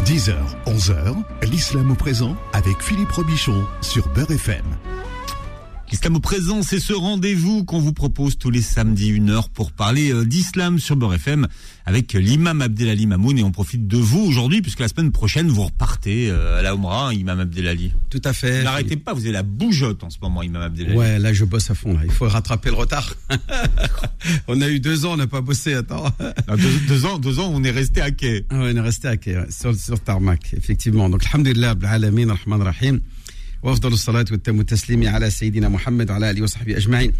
10h, 11h, l'islam au présent avec Philippe Robichon sur Beurre FM. L'islam au présent, c'est ce rendez-vous qu'on vous propose tous les samedis 1h pour parler d'islam sur Beurre FM avec l'imam Abdelali Mamoun, et on profite de vous aujourd'hui puisque la semaine prochaine vous repartez à la Oumra, imam Abdelali. Tout à fait. N'arrêtez pas, vous avez la bougeotte en ce moment, imam Abdelali. Ouais, là je bosse à fond là. Il faut rattraper le retard. On a eu 2 ans, on n'a pas bossé. Attends. Non, 2 ans, on est resté à quai. Ah ouais, on est resté à quai, ouais, sur tarmac, effectivement. Donc alhamdulillah, alamin, rahman rahim. وافضل الصلاه والتم التسليم على سيدنا محمد وعلى اله وصحبه اجمعين.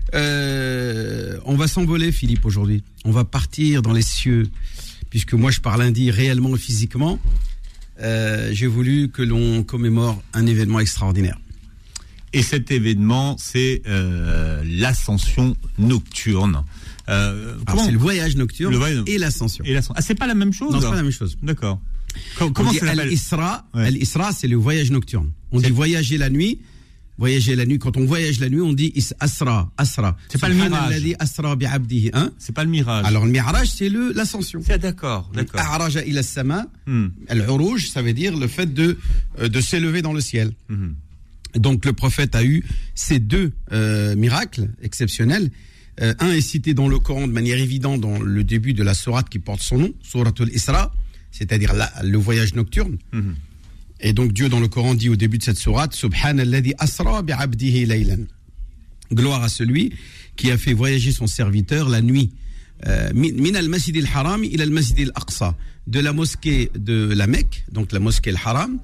On va s'envoler, Philippe, aujourd'hui. On va partir dans les cieux, puisque moi je parle lundi réellement et physiquement. J'ai voulu que l'on commémore un événement extraordinaire. Et cet événement, c'est l'ascension nocturne. Alors, c'est le voyage nocturne et l'ascension. Ah, c'est pas la même chose? Non, c'est pas la même chose. D'accord. Comment ça s'appelle? Al-Isra, c'est le voyage nocturne. On dit voyager la nuit. Voyager la nuit. Quand on voyage la nuit, on dit Asra. C'est pas le mirage. Asra bi'abdihi, hein? C'est pas le mirage. Alors le mirage, c'est l'ascension. C'est d'accord. A'raja ila as-sama. Al-uruj, ça veut dire le fait de s'élever dans le ciel. Donc le prophète a eu ces 2 miracles exceptionnels. Un est cité dans le Coran de manière évidente dans le début de la sourate qui porte son nom, Souratul Isra, c'est-à-dire le voyage nocturne. Et donc Dieu dans le Coran dit au début de cette sourate, Subhanalladhi asra bi'abdihi laylan. Gloire à celui qui a fait voyager son serviteur la nuit. Min al-masjid al-haram ila al-masjid al-aqsa. De la mosquée de la Mecque, donc la mosquée al-haram,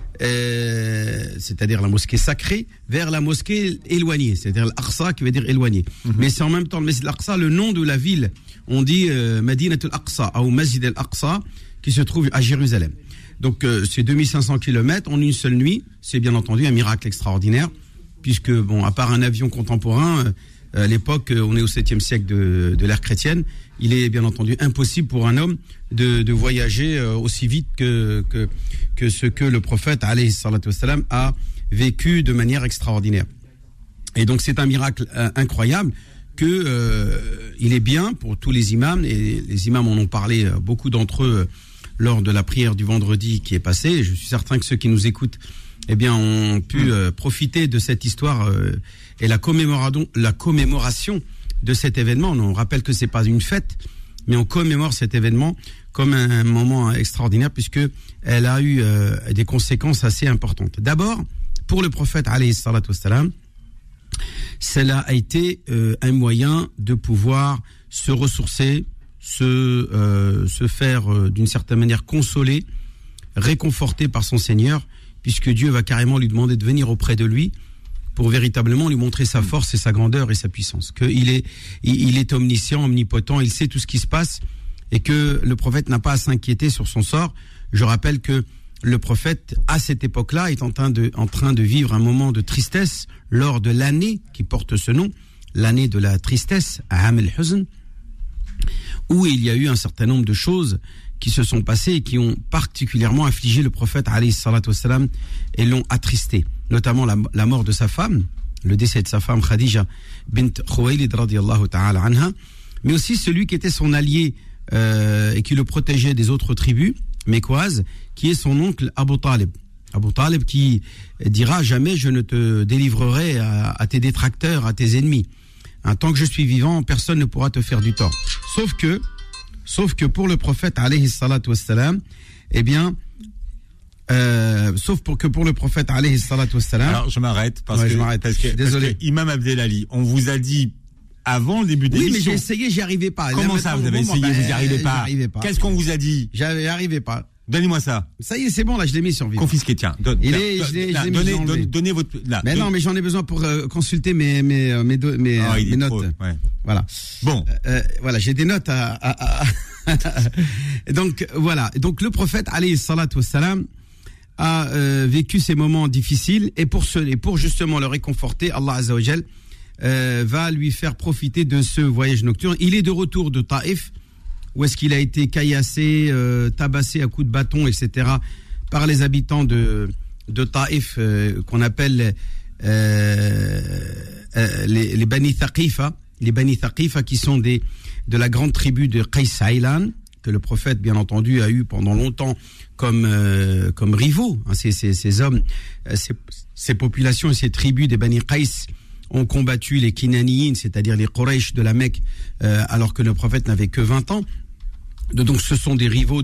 c'est-à-dire la mosquée sacrée, vers la mosquée éloignée, c'est-à-dire l'Aqsa qui veut dire éloigné. Mais c'est en même temps le Masjid al-Aqsa, le nom de la ville. On dit Madinat al-Aqsa ou Masjid al-Aqsa qui se trouve à Jérusalem. Donc c'est 2500 km en une seule nuit. C'est bien entendu un miracle extraordinaire puisque, bon, à part un avion contemporain, à l'époque, on est au 7e siècle de l'ère chrétienne, il est bien entendu impossible pour un homme de voyager aussi vite que ce que le prophète alayhi salatu wassalam a vécu de manière extraordinaire. Et donc c'est un miracle incroyable que il est bien pour tous les imams, et les imams en ont parlé, beaucoup d'entre eux, lors de la prière du vendredi qui est passée. Je suis certain que ceux qui nous écoutent, eh bien, ont pu profiter de cette histoire et la commémoration de cet événement. On rappelle que c'est pas une fête, mais on commémore cet événement comme un moment extraordinaire puisque elle a eu des conséquences assez importantes. D'abord, pour le prophète alayhi salatu wassalam, cela a été un moyen de pouvoir se ressourcer, se faire d'une certaine manière consoler, réconforter par son Seigneur, puisque Dieu va carrément lui demander de venir auprès de lui pour véritablement lui montrer sa force et sa grandeur et sa puissance, qu'il est, il est omniscient, omnipotent, il sait tout ce qui se passe et que le prophète n'a pas à s'inquiéter sur son sort. Je rappelle que le prophète, à cette époque-là, est en train de vivre un moment de tristesse lors de l'année qui porte ce nom, l'année de la tristesse, Aam al-Huzn, où il y a eu un certain nombre de choses qui se sont passées et qui ont particulièrement affligé le prophète alayhi salatu wassalam et l'ont attristé, notamment la mort de sa femme, le décès de sa femme Khadija bint Khuwaylid radiyallahu ta'ala anha, mais aussi celui qui était son allié et qui le protégeait des autres tribus mécoises, qui est son oncle Abu Talib. Abu Talib qui dira jamais je ne te délivrerai à tes détracteurs, à tes ennemis. Tant que je suis vivant, personne ne pourra te faire du tort. Sauf que pour le prophète alayhi salatu wassalam, eh bien, pour le prophète alayhi salatu wassalam. Alors je m'arrête parce que Imam Abdelali, on vous a dit avant le début de l'émission. Oui, mais j'ai essayé, j'y arrivais pas. Comment ça, vous avez essayé, vous n'y arrivez pas? Qu'est-ce qu'on vous a dit? J'y arrivais pas. Donnez-moi ça. Ça y est, c'est bon, là, je l'ai mis sur vidéo. Confisqué, tiens. Donnez votre. Là. Mais non, mais j'en ai besoin pour consulter mes notes. Trop, ouais. Voilà. Bon. Voilà, j'ai des notes Donc, voilà. Donc, le prophète, alayhi salatu wassalam, a vécu ces moments difficiles et pour justement le réconforter, Allah Azza wa Jal va lui faire profiter de ce voyage nocturne. Il est de retour de Taïf, où est-ce qu'il a été caillassé, tabassé à coups de bâton, etc., par les habitants de Taïf, qu'on appelle les Bani Thaqifa, qui sont de la grande tribu de Qais Aylan, que le prophète, bien entendu, a eu pendant longtemps comme rivaux. Hein, ces hommes, ces populations et ces tribus des Bani Qais ont combattu les Kinaniyin, c'est-à-dire les Quraysh de la Mecque, alors que le prophète n'avait que 20 ans. Donc ce sont des rivaux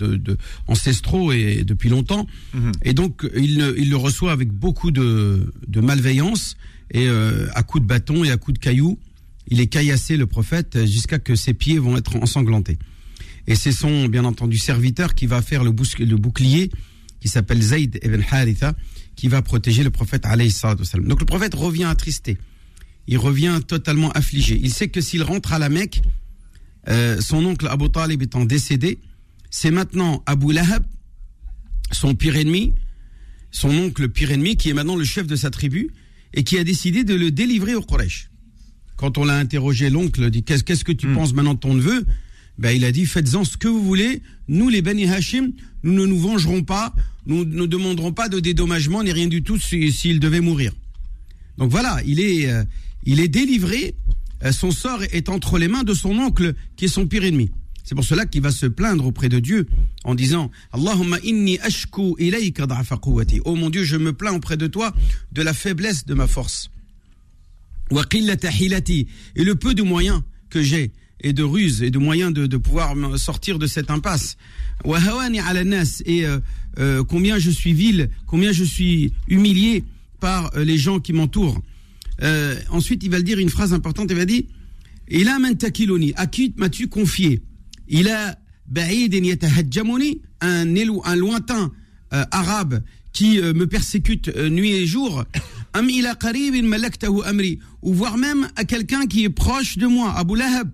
ancestraux et depuis longtemps. Et donc il le reçoit avec beaucoup de malveillance et à coups de bâton et à coups de cailloux. Il est caillassé, le prophète, jusqu'à que ses pieds vont être ensanglantés. Et c'est son, bien entendu, serviteur qui va faire le bouclier, qui s'appelle Zayd ibn Haritha, qui va protéger le prophète alayhi salatu wassalam. Donc le prophète revient attristé. Il revient totalement affligé. Il sait que s'il rentre à la Mecque, son oncle Abu Talib étant décédé, c'est maintenant Abu Lahab, son pire ennemi, son oncle pire ennemi, qui est maintenant le chef de sa tribu, et qui a décidé de le délivrer au Quraysh. Quand on l'a interrogé, l'oncle dit qu'est-ce que tu penses maintenant de ton neveu? Il a dit faites-en ce que vous voulez. Nous, les Bani Hashim, nous ne nous vengerons pas, nous ne demanderons pas de dédommagement ni rien du tout s'il devait mourir. Donc voilà, il est délivré. Son sort est entre les mains de son oncle qui est son pire ennemi. C'est pour cela qu'il va se plaindre auprès de Dieu en disant Allahumma inni ashku ilayka da'fa quwwati. Oh mon Dieu, je me plains auprès de toi de la faiblesse de ma force. Wa qillata hilati, et le peu de moyens que j'ai et de ruses et de moyens de pouvoir me sortir de cette impasse. Wa hawani ala nas, et combien je suis vil, combien je suis humilié par les gens qui m'entourent. Ensuite, il va le dire une phrase importante, il va dire ila man takiluni, à qui m'as-tu confié? Ila ba'idin yatahajjamuni, un lointain arabe qui me persécute nuit et jour. Am ila qaribin malaktahu amri, ou voire même à quelqu'un qui est proche de moi, Abu Lahab,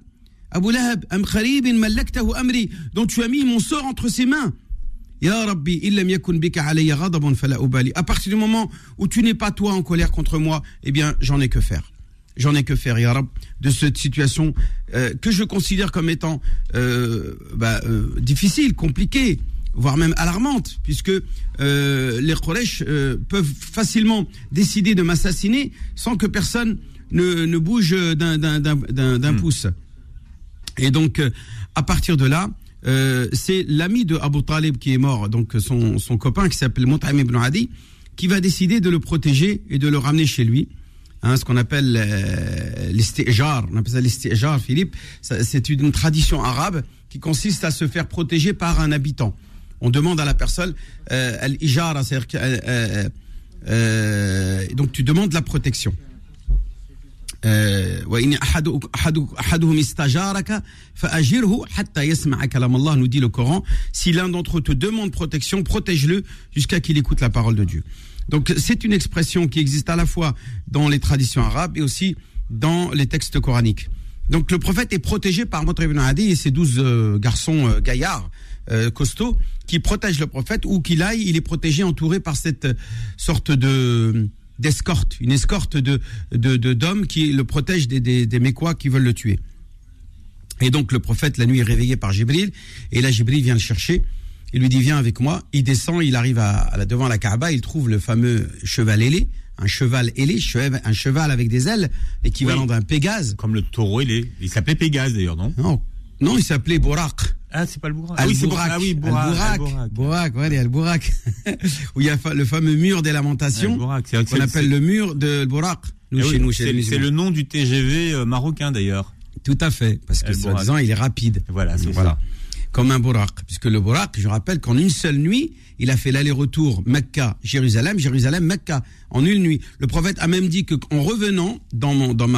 am qaribin malaktahu amri, dont tu as mis mon sort entre ses mains. Ya Rabbi, illam yakun bika alayya ghadabun fala ubali. À partir du moment où tu n'es pas toi en colère contre moi, eh bien, j'en ai que faire. Ya Rab, de cette situation que je considère comme étant difficile, compliquée, voire même alarmante, puisque les Quraysh peuvent facilement décider de m'assassiner sans que personne ne bouge d'un pouce. Et donc, à partir de là, c'est l'ami de Abu Talib qui est mort, donc son copain qui s'appelle Mut'im ibn Adi, qui va décider de le protéger et de le ramener chez lui. Ce qu'on appelle l'istijar, on appelle ça l'istijar, Philippe. C'est une tradition arabe qui consiste à se faire protéger par un habitant. On demande à la personne al-ijara, c'est-à-dire que donc tu demandes la protection. Nous dit le Coran, si l'un d'entre eux te demande protection, protège-le jusqu'à qu'il écoute la parole de Dieu. Donc c'est une expression qui existe à la fois dans les traditions arabes et aussi dans les textes coraniques. Donc le prophète est protégé par Mut'im ibn Adi et ses 12 garçons gaillards, costauds, qui protègent le prophète. Où qu'il aille, il est protégé, entouré par cette sorte d'escorte, une escorte d'hommes qui le protègent des Mécois qui veulent le tuer. Et donc le prophète, la nuit, est réveillé par Jibril, et là Jibril vient le chercher. Il lui dit viens avec moi. Il descend, il arrive devant la Kaaba, il trouve le fameux cheval ailé, un cheval avec des ailes, équivalent d'un Pégase. Comme le taureau ailé. Il s'appelait Pégase d'ailleurs, non? Non, il s'appelait Bouraq. Ah, c'est pas le Bouraq. Bouraq, ouais, le Bouraq. Où il y a le fameux mur des lamentations, qu'on appelle le mur de Bouraq. C'est le nom du TGV marocain d'ailleurs. Tout à fait, parce que soi-disant il est rapide. Voilà, c'est ça. Comme un Bouraq, puisque le Bouraq, je rappelle qu'en une seule nuit, il a fait l'aller-retour Mecca-Jérusalem, Jérusalem-Mecca, en une nuit. Le prophète a même dit qu'en revenant dans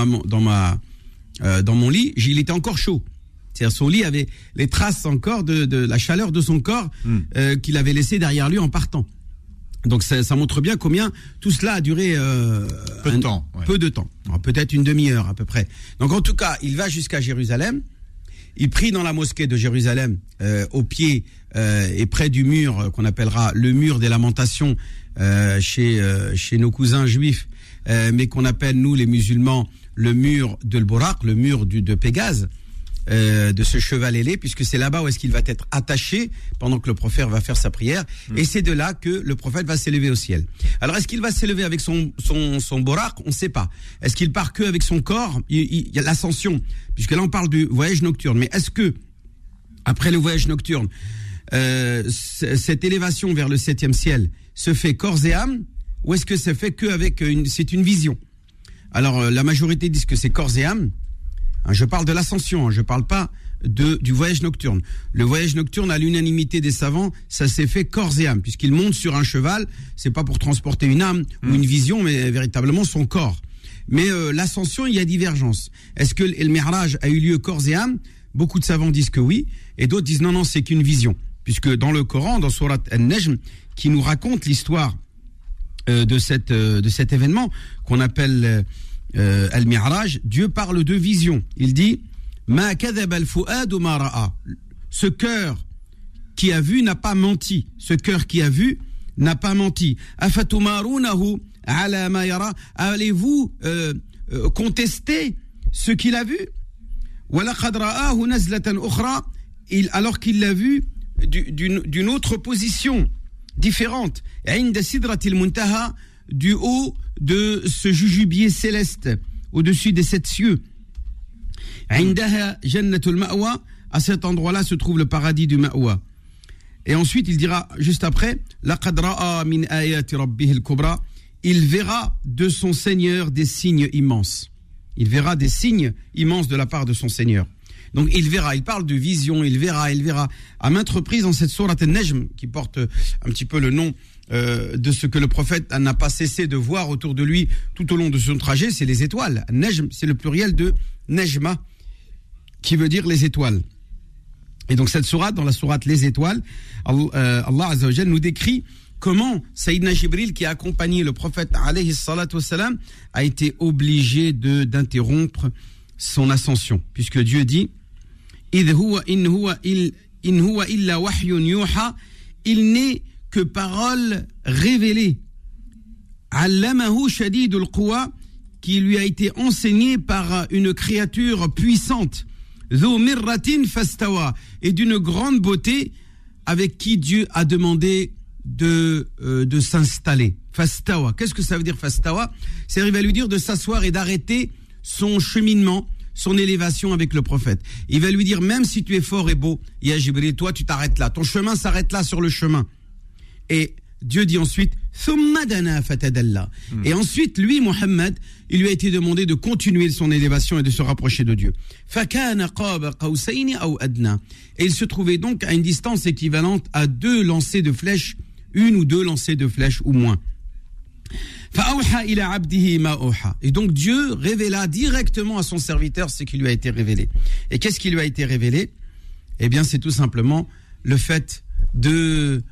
mon lit, il était encore chaud. C'est-à-dire son lit avait les traces encore de la chaleur de son corps qu'il avait laissé derrière lui en partant. Donc ça montre bien combien tout cela a duré peu de temps. Peu de temps, alors, peut-être une demi-heure à peu près. Donc en tout cas, il va jusqu'à Jérusalem. Il prie dans la mosquée de Jérusalem, au pied et près du mur qu'on appellera le mur des lamentations chez nos cousins juifs, mais qu'on appelle nous les musulmans le mur de Bouraq, le mur de Pégase, de ce cheval ailé, puisque c'est là-bas où est-ce qu'il va être attaché pendant que le prophète va faire sa prière, et c'est de là que le prophète va s'élever au ciel. Alors est-ce qu'il va s'élever avec son Bouraq? On ne sait pas. Est-ce qu'il part que avec son corps? Il y a l'ascension, puisque là on parle du voyage nocturne, mais est-ce que après le voyage nocturne, cette élévation vers le 7e ciel se fait corps et âme, ou est-ce que ça fait qu'avec c'est une vision? Alors, la majorité disent que c'est corps et âme. Je parle de l'ascension, je parle pas du voyage nocturne. Le voyage nocturne, à l'unanimité des savants, ça s'est fait corps et âme, puisqu'il monte sur un cheval, c'est pas pour transporter une âme ou une vision, mais véritablement son corps. Mais l'ascension, il y a divergence. Est-ce que le Mi'raj a eu lieu corps et âme? Beaucoup de savants disent que oui, et d'autres disent non, c'est qu'une vision. Puisque dans le Coran, dans Sourate An-Najm, qui nous raconte l'histoire de cet événement qu'on appelle Al-Mi'raj, Dieu parle de vision. Il dit Ma kadhaba al-fu'adu ma ra'a. Ce cœur qui a vu n'a pas menti. Ce cœur qui a vu n'a pas menti. Afatumarunahu ala ma yara. Allez-vous contester ce qu'il a vu? Wa laqad ra'ahu nazlatan ukhra. Alors qu'il l'a vu d'une autre position différente. Inda sidratil muntaha, du haut de ce jujubier céleste, au-dessus des 7 cieux. Indaha jannatul ma'wa, à cet endroit-là se trouve le paradis du ma'wa. Et ensuite il dira juste après, laqad ra'a min ayati rabbih al-kubra, il verra de son Seigneur des signes immenses. Il verra des signes immenses de la part de son Seigneur. Donc il verra, il parle de vision, il verra à maintes reprises dans cette sourate An-Najm qui porte un petit peu le nom de ce que le prophète n'a pas cessé de voir autour de lui tout au long de son trajet, c'est les étoiles. Najm, c'est le pluriel de Najma, qui veut dire les étoiles. Et donc cette sourate, dans la sourate Les Étoiles, Allah Azza wa Jal nous décrit comment Sayyidina Jibril, qui a accompagné le prophète alayhi salatu wassalam, a été obligé d'interrompre son ascension, puisque Dieu dit in huwa illa wahyun yuha, il n'est que parole révélée. Allamahu shadidul quwa, qui lui a été enseignée par une créature puissante. Dhu mirratin fastawa, et d'une grande beauté, avec qui Dieu a demandé de s'installer. Fastawa, qu'est-ce que ça veut dire fastawa? C'est il va lui dire de s'asseoir et d'arrêter son cheminement, son élévation avec le prophète. Il va lui dire, même si tu es fort et beau, ya Jibril, toi tu t'arrêtes là, ton chemin s'arrête là sur le chemin. Et Dieu dit ensuite, thumma dana fatadalla. Et ensuite, lui, Mohammed, il lui a été demandé de continuer son élévation et de se rapprocher de Dieu. Fakana qaba qawsayni aw adna. Et il se trouvait donc à une distance équivalente à 2 lancers de flèches, 1 ou 2 lancers de flèches ou moins. Et donc Dieu révéla directement à son serviteur ce qui lui a été révélé. Et qu'est-ce qui lui a été révélé? Eh bien, c'est tout simplement le fait d'être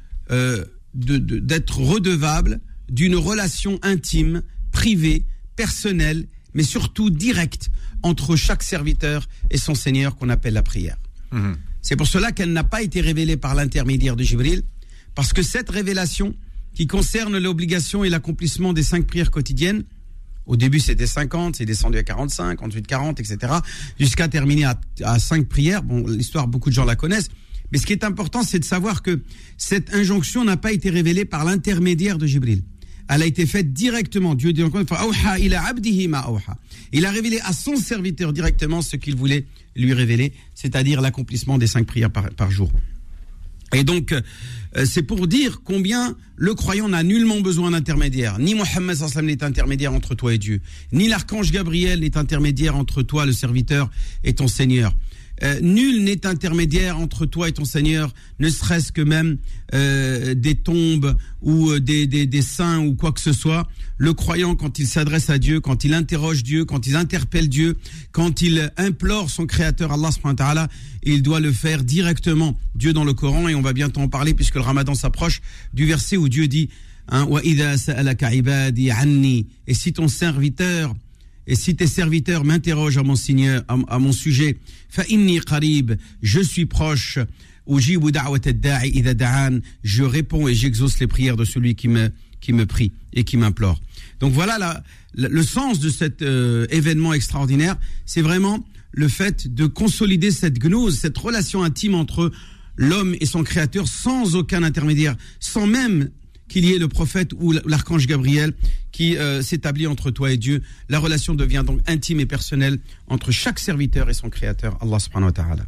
redevable d'une relation intime, privée, personnelle, mais surtout directe entre chaque serviteur et son Seigneur, qu'on appelle la prière. C'est pour cela qu'elle n'a pas été révélée par l'intermédiaire de Jibril, parce que cette révélation qui concerne l'obligation et l'accomplissement des 5 prières quotidiennes, au début c'était 50, c'est descendu à 45, ensuite 40, etc., jusqu'à terminer à 5 prières. Bon, l'histoire, beaucoup de gens la connaissent, mais ce qui est important, c'est de savoir que cette injonction n'a pas été révélée par l'intermédiaire de Jibril. Elle a été faite directement. Dieu dit encore une fois, il a révélé à son serviteur directement ce qu'il voulait lui révéler, c'est-à-dire l'accomplissement des 5 prières par jour. Et donc, c'est pour dire combien le croyant n'a nullement besoin d'intermédiaire. Ni Mohammed sallallahu alayhi wa sallam n'est intermédiaire entre toi et Dieu. Ni l'archange Gabriel n'est intermédiaire entre toi, le serviteur, et ton Seigneur. Nul n'est intermédiaire entre toi et ton Seigneur, ne serait-ce que même des tombes ou des saints ou quoi que ce soit. Le croyant, quand il s'adresse à Dieu, quand il interroge Dieu, quand il interpelle Dieu, quand il implore son Créateur, Allah subhanahu wa ta'ala, il doit le faire directement. Dieu dans le Coran, et on va bientôt en parler puisque le Ramadan s'approche, du verset où Dieu dit Wa idha sa'alaka ibadi anni, et si ton serviteur et si tes serviteurs m'interrogent à mon Seigneur, à mon sujet, fa inni qarib, je suis proche, ujibu da'wat ad-da'i idha da'an, je réponds et j'exauce les prières de celui qui me prie et qui m'implore. Donc voilà le sens de cet événement extraordinaire, c'est vraiment le fait de consolider cette gnose, cette relation intime entre l'homme et son créateur sans aucun intermédiaire, sans même qu'il y ait le prophète ou l'archange Gabriel qui s'établit entre toi et Dieu. La relation devient donc intime et personnelle entre chaque serviteur et son créateur, Allah subhanahu wa ta'ala.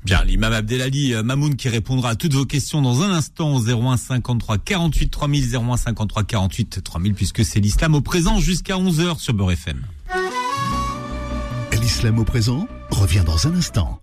Bien, l'imam Abdelali Mamoun qui répondra à toutes vos questions dans un instant au 01 53 48 3000, 01 53 48 3000, puisque c'est l'islam au présent jusqu'à 11h sur Beurre FM. L'islam au présent revient dans un instant.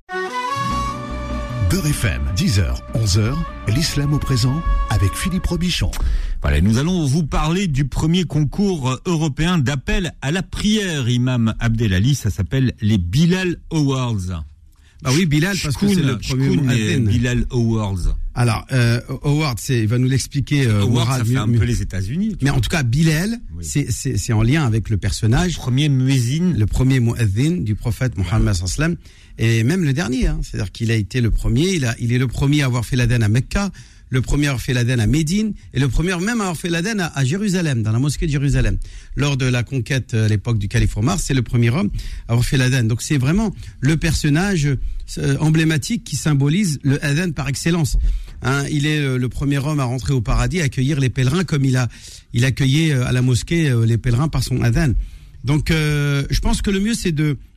Beurre FM, 10h, 11h, l'islam au présent avec Philippe Robichon. Voilà, nous allons vous parler du premier concours européen d'appel à la prière, imam Abdelali, ça s'appelle les Bilal Awards. Ah oui, Bilal, parce que c'est le premier mu'adhin. Bilal Awards. Alors, Howard, il va nous l'expliquer. Howard, ça fait un peu les États-Unis. Mais en tout cas, Bilal, oui. c'est en lien avec le personnage. Le premier mu'adhin du prophète Mohammed sallallahu alayhi wa sallam. Et même le dernier, hein. C'est-à-dire qu'il a été le premier, il est le premier à avoir fait l'adhan à Mecca, le premier à avoir fait l'adhan à Médine, et le premier même à avoir fait l'adhan à Jérusalem, dans la mosquée de Jérusalem. Lors de la conquête à l'époque du calife Omar, c'est le premier homme à avoir fait l'adhan. Donc c'est vraiment le personnage emblématique qui symbolise le adhan par excellence. Hein, il est le premier homme à rentrer au paradis, à accueillir les pèlerins comme il accueillait à la mosquée les pèlerins par son adhan. Donc je pense que le mieux c'est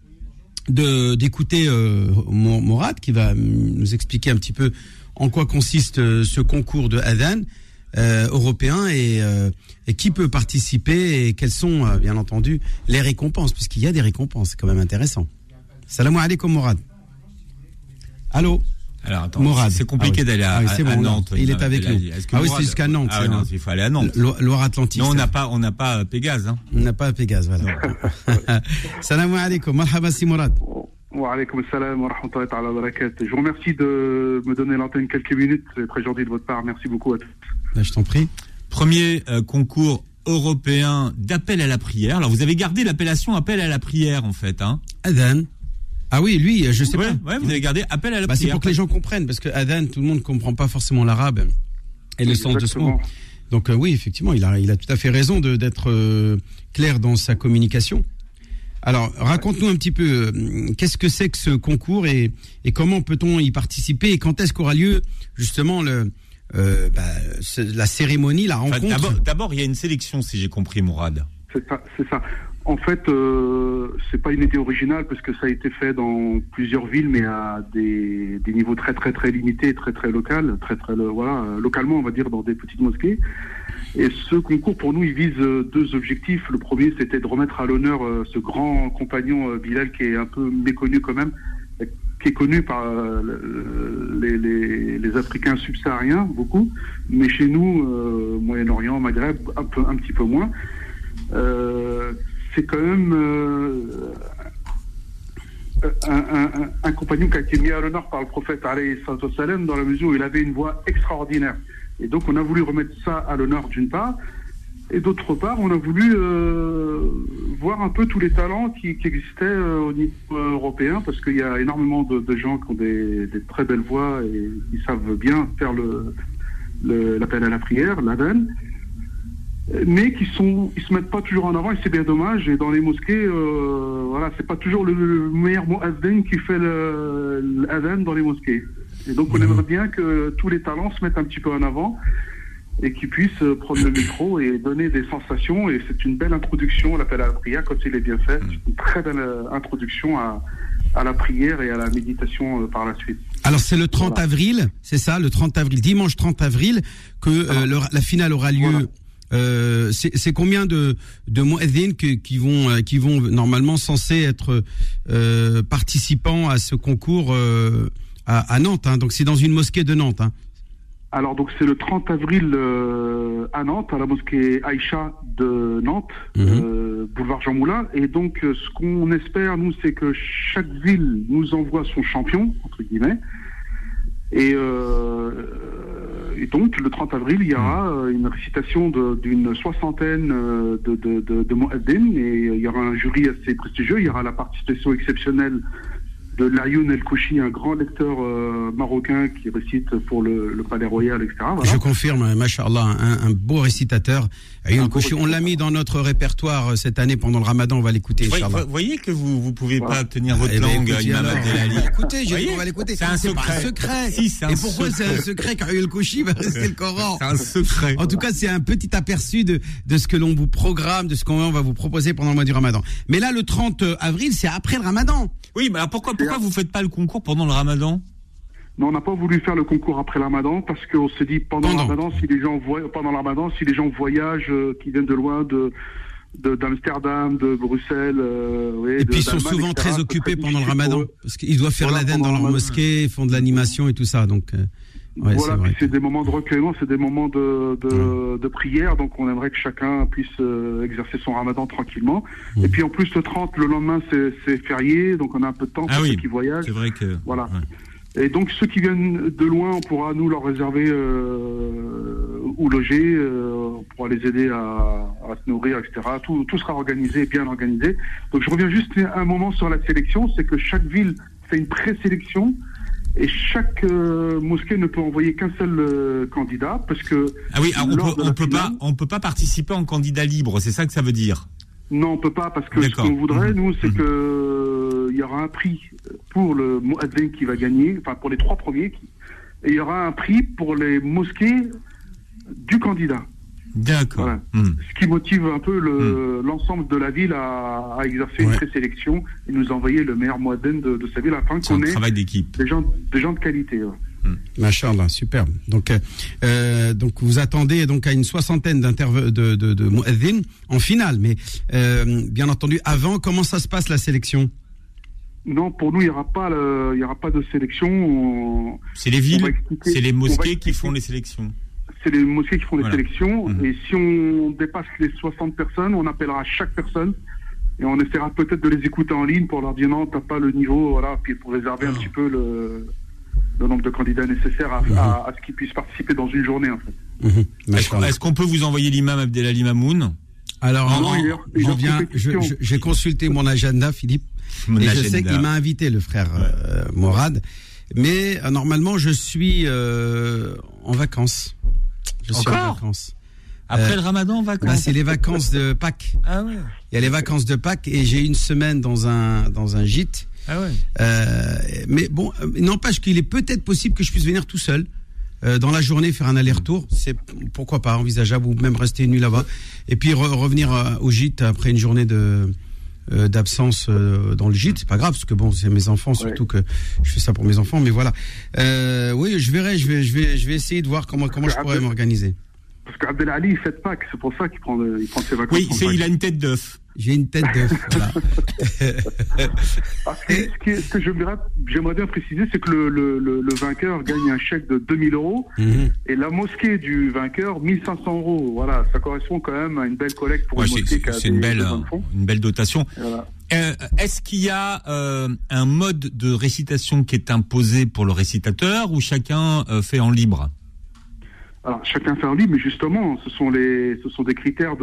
d'écouter Mourad qui va nous expliquer un petit peu en quoi consiste ce concours de adhan européen et qui peut participer et quelles sont bien entendu les récompenses, puisqu'il y a des récompenses, c'est quand même intéressant. Salam alaikum Mourad. Allô. Alors attends, Mourad. C'est compliqué d'aller à Nantes. Il est avec nous. Oui, c'est jusqu'à Nantes. Ah non, il faut aller à Nantes. Loire-Atlantique. Non, on n'a pas Pégase. Hein. On n'a pas Pégase, voilà. Salam alaikum. Marhaba si Mourad. Wa alaykoum salam wa rahmatullahi ta'ala wa barakatuh. Je vous remercie de me donner l'antenne quelques minutes. C'est très gentil de votre part. Merci beaucoup à tous. Là, je t'en prie. Premier concours européen d'appel à la prière. Alors, vous avez gardé l'appellation appel à la prière, en fait. Hein. Adhan. Ah oui, lui, je sais pas. Ouais, vous avez gardé appel à la prière. C'est pour que les gens comprennent, parce que Adhan, tout le monde ne comprend pas forcément l'arabe et le sens de ce mot. Donc oui, effectivement, il a tout à fait raison d'être clair dans sa communication. Alors, raconte-nous un petit peu, qu'est-ce que c'est que ce concours et comment peut-on y participer et quand est-ce qu'aura lieu justement la cérémonie, la rencontre. Enfin, d'abord, il y a une sélection, si j'ai compris, Mourad. C'est ça. En fait, c'est pas une idée originale parce que ça a été fait dans plusieurs villes, mais à des niveaux très très très limités, très très local, localement, on va dire, dans des petites mosquées. Et ce concours, pour nous, il vise deux objectifs. Le premier, c'était de remettre à l'honneur ce grand compagnon Bilal qui est un peu méconnu quand même, qui est connu par les Africains subsahariens, beaucoup, mais chez nous, Moyen-Orient, Maghreb, un petit peu moins. C'est quand même un compagnon qui a été mis à l'honneur par le prophète alayhi salam dans la mesure où il avait une voix extraordinaire. Et donc on a voulu remettre ça à l'honneur d'une part, et d'autre part on a voulu voir un peu tous les talents qui existaient au niveau européen, parce qu'il y a énormément de gens qui ont des très belles voix et qui savent bien faire l'appel à la prière, l'adhan, mais ils se mettent pas toujours en avant, et c'est bien dommage. Et dans les mosquées, c'est pas toujours le meilleur mu'adhin qui fait l'adhan dans les mosquées. Et donc on aimerait bien que tous les talents se mettent un petit peu en avant et qu'ils puissent prendre le micro et donner des sensations. Et c'est une belle introduction, l'appel à la prière, quand il est bien fait. C'est une très belle introduction à la prière et à la méditation par la suite. Alors c'est le 30 avril, c'est ça, le 30 avril, dimanche 30 avril, que la finale aura lieu. Voilà. C'est combien de mu'adhin qui vont normalement censés être participants à ce concours à Nantes, hein. Donc c'est dans une mosquée de Nantes, hein. Alors donc c'est le 30 avril à Nantes, à la mosquée Aïcha de Nantes, boulevard Jean Moulin. Et donc ce qu'on espère, nous, c'est que chaque ville nous envoie son champion, entre guillemets. Et donc le 30 avril, il y aura une récitation d'une soixantaine de mu'adhin, et il y aura un jury assez prestigieux. Il y aura la participation exceptionnelle de Layoun El-Kouchi, un grand lecteur marocain qui récite pour le Palais Royal, etc. Voilà. Je confirme, machallah, un beau récitateur. El-Kouchi, on l'a mis dans notre répertoire cette année pendant le Ramadan, on va l'écouter. Vous voyez que vous pouvez pas tenir votre langue, Imam Abdelali. Écoutez, on va l'écouter. C'est un secret. Si, c'est un secret. Et pourquoi c'est un secret? Car El-Kouchi va rester le Coran. C'est un secret. En tout cas, c'est un petit aperçu de ce que l'on vous programme, de ce qu'on va vous proposer pendant le mois du Ramadan. Mais là, le 30 avril, c'est après le Ramadan. Oui, mais alors pourquoi vous faites pas le concours pendant le Ramadan? Non, on n'a pas voulu faire le concours après le Ramadan parce qu'on s'est dit pendant le Ramadan, si les gens voyagent, qui viennent de loin, d'Amsterdam, de Bruxelles, et puis ils sont souvent très occupés pendant le Ramadan parce qu'ils doivent faire l'adhan dans leur mosquée, ils font de l'animation et tout ça, donc. Voilà, puis c'est des moments de recueillement, c'est des moments de prière, donc on aimerait que chacun puisse exercer son Ramadan tranquillement. Et puis en plus le 30, le lendemain c'est férié, donc on a un peu de temps pour ceux qui voyagent. C'est vrai que voilà. Ouais. Et donc ceux qui viennent de loin, on pourra nous leur réserver où loger, on pourra les aider à se nourrir, etc. Tout sera organisé, bien organisé. Donc je reviens juste un moment sur la sélection, c'est que chaque ville fait une présélection. Et chaque mosquée ne peut envoyer qu'un seul candidat parce que on peut pas participer en candidat libre, c'est ça que ça veut dire? Non, on peut pas parce que ce qu'on voudrait nous c'est que il y aura un prix pour le muaddin qui va gagner, enfin pour les 3 premiers et il y aura un prix pour les mosquées du candidat. D'accord. Voilà. Ce qui motive un peu l'ensemble de la ville à exercer une présélection et nous envoyer le meilleur muaddin de sa ville afin qu'on ait travail d'équipe. Des gens de qualité. Machallah, superbe. Donc vous attendez donc à une soixantaine de muaddins en finale, mais bien entendu avant, comment ça se passe la sélection? Non, pour nous il y aura pas de sélection. C'est les villes, c'est les mosquées qui font les sélections. C'est les mosquées qui font les sélections. Et si on dépasse les 60 personnes, on appellera chaque personne et on essaiera peut-être de les écouter en ligne pour leur dire non, t'as pas le niveau, voilà, puis pour réserver un petit peu le nombre de candidats nécessaires à ce qu'ils puissent participer dans une journée en fait. Est-ce qu'on peut vous envoyer l'imam Abdelali Mamoun? Alors, j'ai consulté mon agenda, Philippe, je sais qu'il m'a invité, le frère Morad, mais normalement je suis en vacances. Je suis en vacances. Après le Ramadan, en vacances. C'est les vacances de Pâques. Ah ouais. Il y a les vacances de Pâques et j'ai une semaine dans un gîte. Ah ouais. Mais bon, n'empêche qu'il est peut-être possible que je puisse venir tout seul dans la journée faire un aller-retour. C'est pourquoi pas envisageable, ou même rester une nuit là-bas et puis revenir au gîte après une journée d'absence dans le gîte. C'est pas grave parce que bon, c'est mes enfants, surtout que je fais ça pour mes enfants, mais voilà. Oui, je verrai, je vais essayer de voir comment je pourrais m'organiser. Parce qu'Abdelali il fête Pâques, c'est pour ça qu'il prend ses vacances. Oui, il a une tête d'œuf. J'ai une tête d'œuf. Voilà. Ce que j'aimerais bien préciser, c'est que le vainqueur gagne un chèque de 2 000 € et la mosquée du vainqueur 1 500 €. Voilà, ça correspond quand même à une belle collecte pour une mosquée qui a une belle dotation. Voilà. Est-ce qu'il y a un mode de récitation qui est imposé pour le récitateur ou chacun fait en libre? Alors, chacun fait en libre, mais justement, ce sont des critères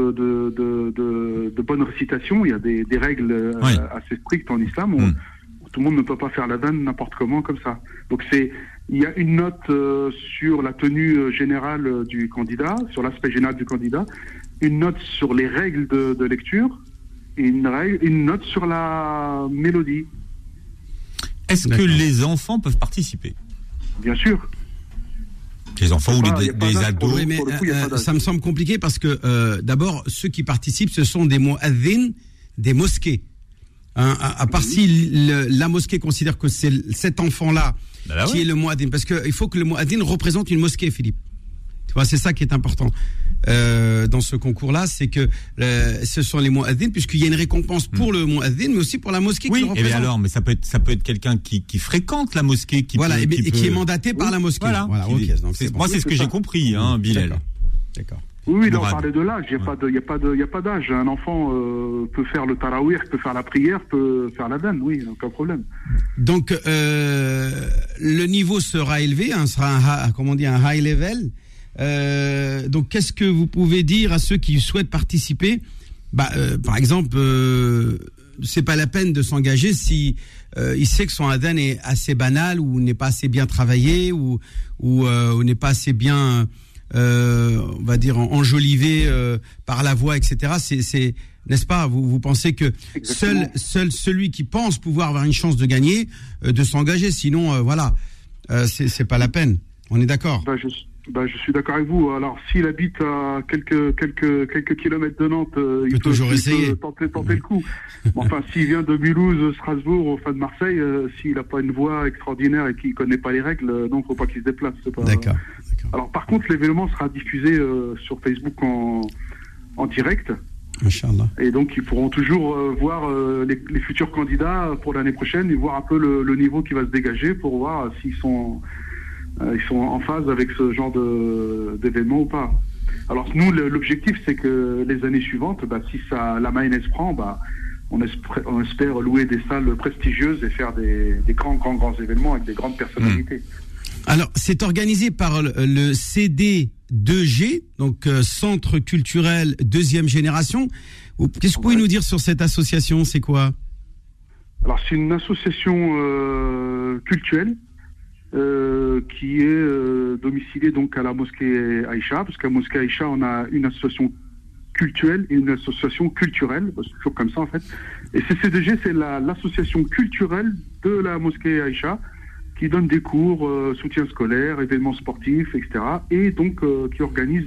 de bonne récitation. Il y a des règles assez strictes en islam. Tout le monde ne peut pas faire l'adhan n'importe comment comme ça. Donc il y a une note sur la tenue générale du candidat, sur l'aspect général du candidat, une note sur les règles de lecture, et une note sur la mélodie. Est-ce que les enfants peuvent participer? Bien sûr. Les enfants ou des ados. Oui, mais ça me semble compliqué parce que d'abord, ceux qui participent, ce sont des muaddins des mosquées. À part si la mosquée considère que c'est cet enfant-là qui est le muaddin. Parce qu'il faut que le muaddin représente une mosquée, Philippe. Tu vois, c'est ça qui est important dans ce concours-là, c'est que ce sont les muaddins, puisqu'il y a une récompense pour le muaddin, mais aussi pour la mosquée qui le représente. Oui, alors, mais ça peut être quelqu'un qui fréquente la mosquée, qui est mandaté par la mosquée. Voilà. Moi, c'est ce que j'ai compris, Bilal. D'accord. Oui, là, on parlait de l'âge. Il n'y a pas d'âge. Un enfant peut faire le tarawih, peut faire la prière, peut faire l'adhan. Oui, aucun problème. Donc, le niveau sera élevé, sera un high level. Donc, qu'est-ce que vous pouvez dire à ceux qui souhaitent participer? Par exemple, c'est pas la peine de s'engager si il sait que son adhan est assez banal ou n'est pas assez bien travaillé ou n'est pas assez bien, on va dire, enjolivé par la voix, etc. C'est n'est-ce pas? Vous pensez que seul celui qui pense pouvoir avoir une chance de gagner, de s'engager, sinon voilà, c'est pas la peine. On est d'accord? Je suis d'accord avec vous. Alors, s'il habite à quelques kilomètres de Nantes, il peut toujours essayer. Tenter le coup. Enfin, s'il vient de Mulhouse, Strasbourg, enfin de Marseille, s'il n'a pas une voix extraordinaire et qu'il ne connaît pas les règles, non, faut pas qu'il se déplace. C'est pas... D'accord. Alors, par contre, l'événement sera diffusé sur Facebook en direct. Inch'Allah. Et donc, ils pourront toujours voir les futurs candidats pour l'année prochaine et voir un peu le niveau qui va se dégager pour voir s'ils sont en phase avec ce genre d'événement ou pas. Alors nous, l'objectif, c'est que les années suivantes, si la mayonnaise prend, on espère louer des salles prestigieuses et faire des grands événements avec des grandes personnalités. Alors, c'est organisé par le CD2G, donc Centre culturel deuxième génération. Qu'est-ce que vous pouvez nous dire sur cette association? C'est quoi? Alors, c'est une association culturelle qui est domiciliée donc à la mosquée Aïcha, parce qu'à la mosquée Aïcha, on a une association culturelle et une association culturelle, c'est toujours comme ça en fait. Et CC2G, c'est l'association culturelle de la mosquée Aïcha, qui donne des cours, soutien scolaire, événements sportifs, etc. Et donc qui organise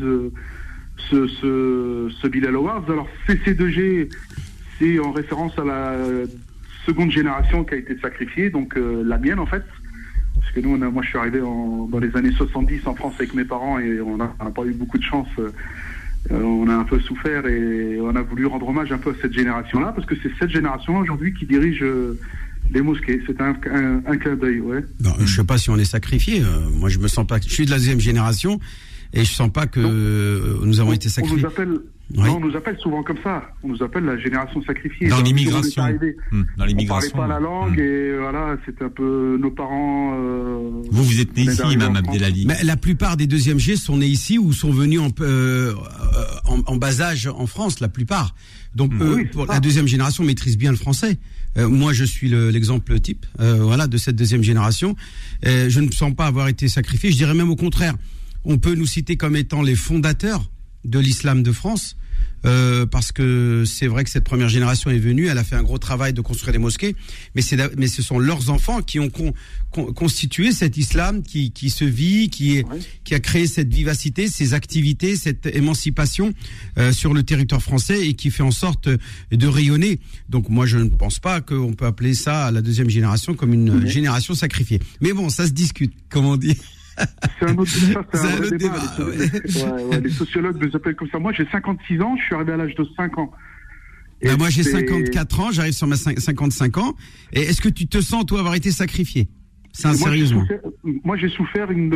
ce Bilal Awards. Alors CC2G, c'est en référence à la seconde génération qui a été sacrifiée, donc la mienne en fait. Parce que nous, moi je suis arrivé dans les années 70 en France avec mes parents et on n'a pas eu beaucoup de chance. On a un peu souffert et on a voulu rendre hommage un peu à cette génération-là, parce que c'est cette génération aujourd'hui qui dirige les mosquées. C'est un clin d'œil, ouais. Non, je sais pas si on est sacrifié. Moi, je me sens pas. Je suis de la deuxième génération et je sens pas que nous avons été sacrifiés. On nous appelle souvent comme ça. On nous appelle la génération sacrifiée. Dans l'immigration. Dans l'immigration. On parlait pas la langue et voilà, c'était un peu nos parents. Vous êtes né ici, Imam Abdelali. Mais la plupart des deuxième G sont nés ici ou sont venus en bas âge en France, la plupart. Donc pour la deuxième génération maîtrise bien le français. Moi, je suis l'exemple type, de cette deuxième génération. Je ne me sens pas avoir été sacrifié. Je dirais même au contraire. On peut nous citer comme étant les fondateurs de l'islam de France, parce que c'est vrai que cette première génération est venue, elle a fait un gros travail de construire des mosquées, mais ce sont leurs enfants qui ont constitué cet islam qui se vit, qui a créé cette vivacité, ces activités, cette émancipation sur le territoire français et qui fait en sorte de rayonner. Donc moi je ne pense pas qu'on peut appeler ça la deuxième génération comme une génération sacrifiée. Mais bon, ça se discute, comme on dit. C'est un autre débat. Les sociologues nous appellent comme ça. Moi, j'ai 56 ans, je suis arrivé à l'âge de 5 ans. Moi, j'ai 54 ans, j'arrive sur mes 55 ans. Et est-ce que tu te sens, toi, avoir été sacrifié? Sérieusement. Moi, j'ai souffert une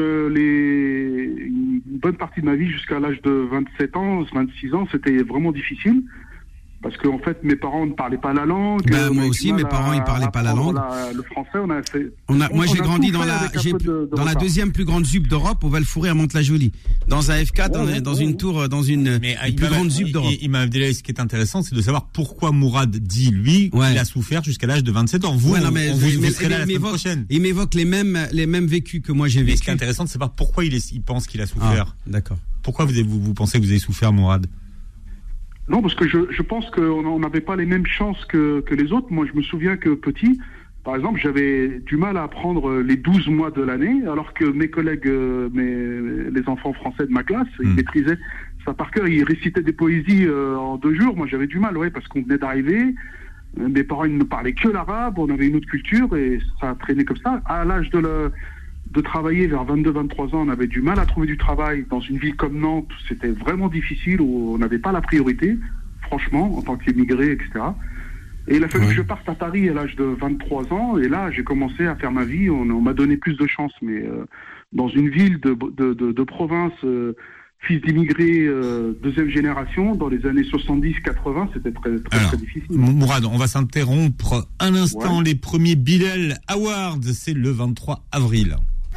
bonne partie de ma vie jusqu'à l'âge de 27 ans, 26 ans. C'était vraiment difficile. Parce qu'en fait, mes parents ne parlaient pas la langue. Moi aussi, mes parents, ils parlaient pas la langue. Le français, on a fait. Moi, j'ai grandi dans la deuxième plus grande ZUP d'Europe, au Val-Fouré à Mantes-la-Jolie. Dans un F4, dans une tour, dans une plus grande ZUP d'Europe. Imam Abdelali, ce qui est intéressant, c'est de savoir pourquoi Mourad dit, lui, qu'il a souffert jusqu'à l'âge de 27 ans. Vous serez là la semaine prochaine. Il m'évoque les mêmes vécus que moi j'ai vécu. Ce qui est intéressant, c'est de savoir pourquoi il pense qu'il a souffert. D'accord. Pourquoi vous pensez que vous avez souffert, Mourad? Non, parce que je pense qu'on n'avait pas les mêmes chances que les autres. Moi, je me souviens que petit, par exemple, j'avais du mal à apprendre les 12 mois de l'année, alors que mes collègues, les enfants français de ma classe, ils maîtrisaient ça par cœur. Ils récitaient des poésies en 2 jours. Moi, j'avais du mal, parce qu'on venait d'arriver. Mes parents, ils ne parlaient que l'arabe. On avait une autre culture et ça a traîné comme ça. À l'âge de travailler vers 22-23 ans, on avait du mal à trouver du travail dans une ville comme Nantes. C'était vraiment difficile, où on n'avait pas la priorité, franchement, en tant qu'émigré, etc. Et il a fallu que je parte à Paris à l'âge de 23 ans, et là, j'ai commencé à faire ma vie. On m'a donné plus de chance, mais dans une ville de province, fils d'immigrés, deuxième génération, dans les années 70-80, c'était très difficile. Mourad, on va s'interrompre un instant. Les premiers Bilal Awards, c'est le 23 avril.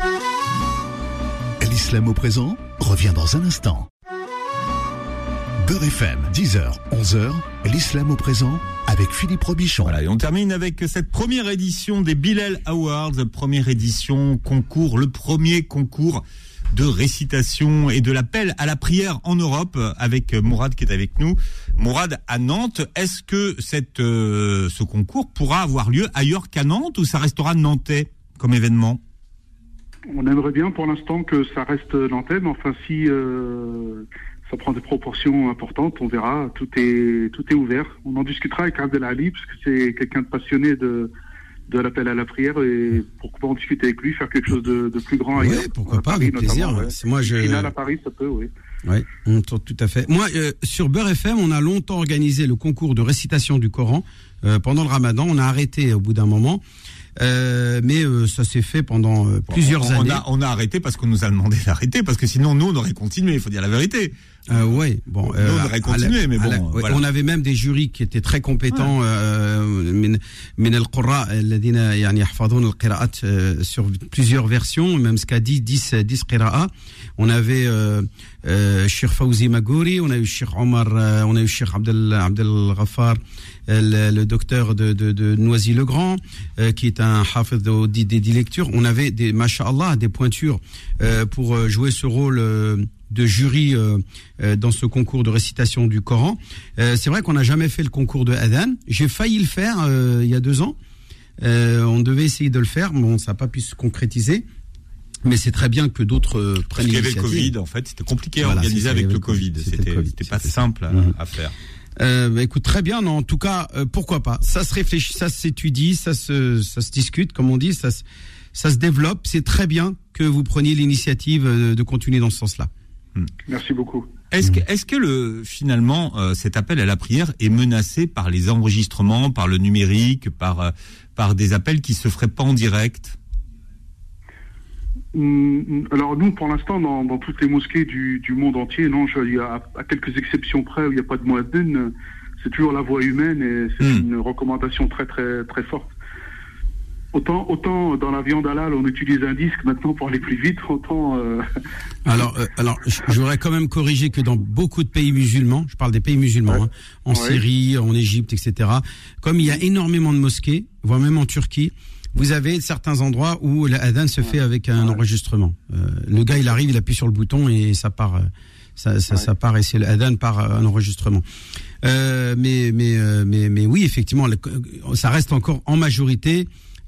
L'islam au présent revient dans un instant. Beurre FM, 10h, 11h, l'islam au présent avec Philippe Robichon. Voilà, et on termine avec cette première édition des Bilal Awards, première édition concours, le premier concours de récitation et de l'appel à la prière en Europe, avec Mourad qui est avec nous. Mourad, à Nantes, est-ce que ce concours pourra avoir lieu ailleurs qu'à Nantes ou ça restera nantais comme événement? On aimerait bien pour l'instant que ça reste l'antenne. Enfin, si ça prend des proportions importantes, on verra. Tout est ouvert. On en discutera avec Abdel Ali, parce que c'est quelqu'un de passionné de l'appel à la prière, et pourquoi en discuter avec lui, faire quelque chose de plus grand ailleurs. Oui, pourquoi pas, avec plaisir. Ouais. C'est moi, Final à Paris, ça peut, oui. Oui, tout à fait. Moi, sur Beurre FM, on a longtemps organisé le concours de récitation du Coran pendant le Ramadan. On a arrêté au bout d'un moment. Mais ça s'est fait pendant plusieurs années. On a arrêté parce qu'on nous a demandé d'arrêter, parce que sinon nous on aurait continué, il faut dire la vérité. Ouais, bon, on aurait continué, mais bon. Voilà. On avait même des jurys qui étaient très compétents من القراء الذين يعني يحفظون القراءات sur plusieurs versions, même jusqu'à 10 qira'a. On avait Cheikh Fawzi Magouri, on a eu Cheikh Omar, on a eu Cheikh Abdel Ghaffar, le docteur de Noisy-le-Grand, qui est un hafiz des lectures. On avait des masha'Allah, des pointures pour jouer ce rôle de jury dans ce concours de récitation du Coran. C'est vrai qu'on n'a jamais fait le concours de Adhan. J'ai failli le faire il y a 2 ans. On devait essayer de le faire, mais bon, ça n'a pas pu se concrétiser. Mais c'est très bien que d'autres prennent l'initiative. Parce qu'il y avait le Covid, en fait, c'était compliqué à organiser avec le Covid. C'était pas simple à faire. Écoute, très bien. Non, en tout cas, pourquoi pas. Ça se réfléchit, ça s'étudie, ça se discute, comme on dit, ça se développe. C'est très bien que vous preniez l'initiative de continuer dans ce sens-là. Merci beaucoup. Est-ce que finalement cet appel à la prière est menacé par les enregistrements, par le numérique, par des appels qui se feraient pas en direct? Alors nous, pour l'instant, dans toutes les mosquées du monde entier, non, il y a à quelques exceptions près où il n'y a pas de muaddin, c'est toujours la voix humaine, et c'est une recommandation très très très forte. Autant dans la viande halal, on utilise un disque maintenant pour aller plus vite, autant... Alors, je voudrais quand même corriger que dans beaucoup de pays musulmans, je parle des pays musulmans, en Syrie, en Égypte, etc., comme il y a énormément de mosquées, voire même en Turquie, vous avez certains endroits où l'adhan se fait avec un enregistrement. Le gars, il arrive, il appuie sur le bouton et ça part, ça part, et c'est l'adhan par un enregistrement. Mais oui, effectivement, ça reste encore en majorité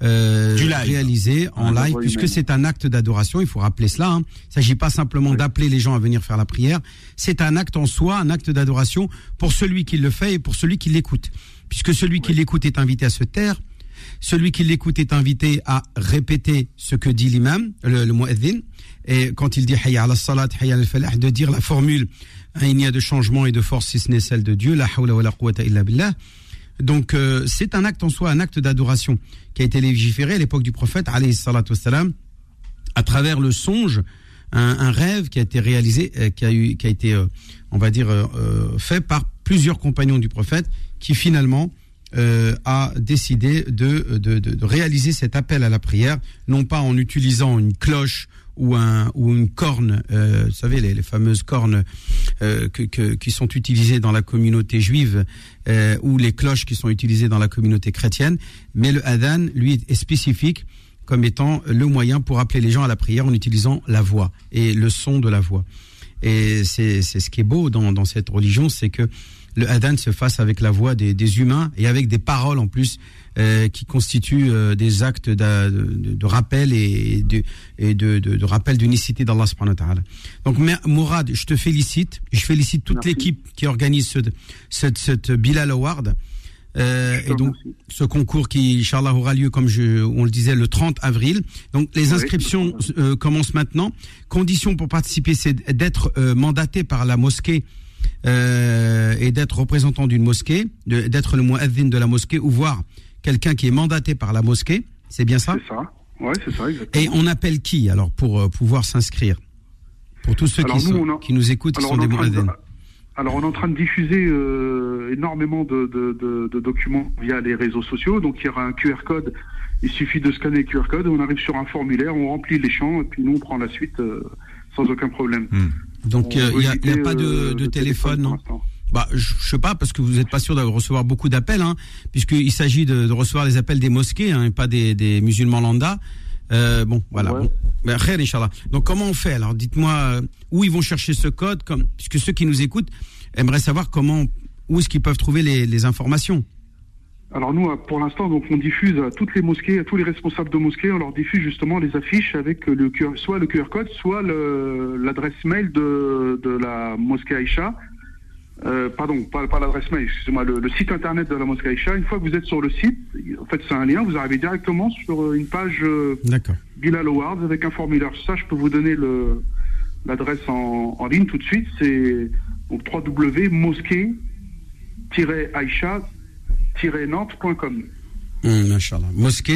réalisé en live, puisque c'est un acte d'adoration. Il faut rappeler cela. Il ne s'agit pas simplement d'appeler les gens à venir faire la prière. C'est un acte en soi, un acte d'adoration pour celui qui le fait et pour celui qui l'écoute. Puisque celui qui l'écoute est invité à se taire. Celui qui l'écoute est invité à répéter ce que dit l'imam, le mu'adhin, et quand il dit hayya ala salat, hayya al falah, de dire la formule il n'y a de changement et de force si ce n'est celle de Dieu, la hawla wa la quwwata illa billah. Donc c'est un acte en soi, un acte d'adoration qui a été légiféré à l'époque du prophète alayhi salatu wassalam, à travers le songe, un rêve qui a été réalisé, qui a été on va dire fait par plusieurs compagnons du prophète, qui finalement a décidé de réaliser cet appel à la prière, non pas en utilisant une cloche ou une corne, vous savez, les fameuses cornes qui sont utilisées dans la communauté juive, ou les cloches qui sont utilisées dans la communauté chrétienne, mais le adhan, lui, est spécifique comme étant le moyen pour appeler les gens à la prière en utilisant la voix et le son de la voix. Et c'est ce qui est beau dans cette religion, c'est que le adhan se fasse avec la voix des humains et avec des paroles en plus qui constituent des actes de rappel et de rappel d'unicité d'Allah subhanahu wa ta'ala. Donc Mourad, je te félicite. Je félicite toute l'équipe qui organise cette Bilal Award. Et donc ce concours qui, Inch'Allah, aura lieu, comme on le disait, le 30 avril. Donc les inscriptions commencent maintenant. Condition pour participer, c'est d'être mandaté par la mosquée et d'être représentant d'une mosquée, d'être le mu'adhin de la mosquée, ou voir quelqu'un qui est mandaté par la mosquée. C'est bien ça? C'est ça. Ouais, c'est ça, exactement. Et on appelle qui alors pour pouvoir s'inscrire? Pour tous ceux qui nous écoutent, qui sont des mu'adhins. Alors on est en train de diffuser énormément de documents via les réseaux sociaux. Donc il y aura un QR code. Il suffit de scanner le QR code, on arrive sur un formulaire, on remplit les champs et puis nous on prend la suite sans aucun problème. Donc il n'y a pas de téléphone, non? Bah, je sais pas, parce que vous n'êtes pas sûr de recevoir beaucoup d'appels, puisqu'il s'agit de recevoir les appels des mosquées, et pas des musulmans lambda. Bon, voilà. Ouais. Bon. Khair, Inch'Allah. Donc comment on fait? Alors dites-moi où ils vont chercher ce code, puisque ceux qui nous écoutent aimeraient savoir où est-ce qu'ils peuvent trouver les informations. Alors nous, pour l'instant, donc on diffuse à toutes les mosquées, à tous les responsables de mosquées, on leur diffuse justement les affiches avec soit le QR code, soit l'adresse mail de la mosquée Aïcha. Pardon, pas l'adresse mail, excusez-moi, le site internet de la mosquée Aïcha. Une fois que vous êtes sur le site, en fait c'est un lien, vous arrivez directement sur une page Bilal Awards avec un formulaire. Ça, je peux vous donner l'adresse en ligne tout de suite, c'est www.mosquée-aïcha-nantes.com. Machallah.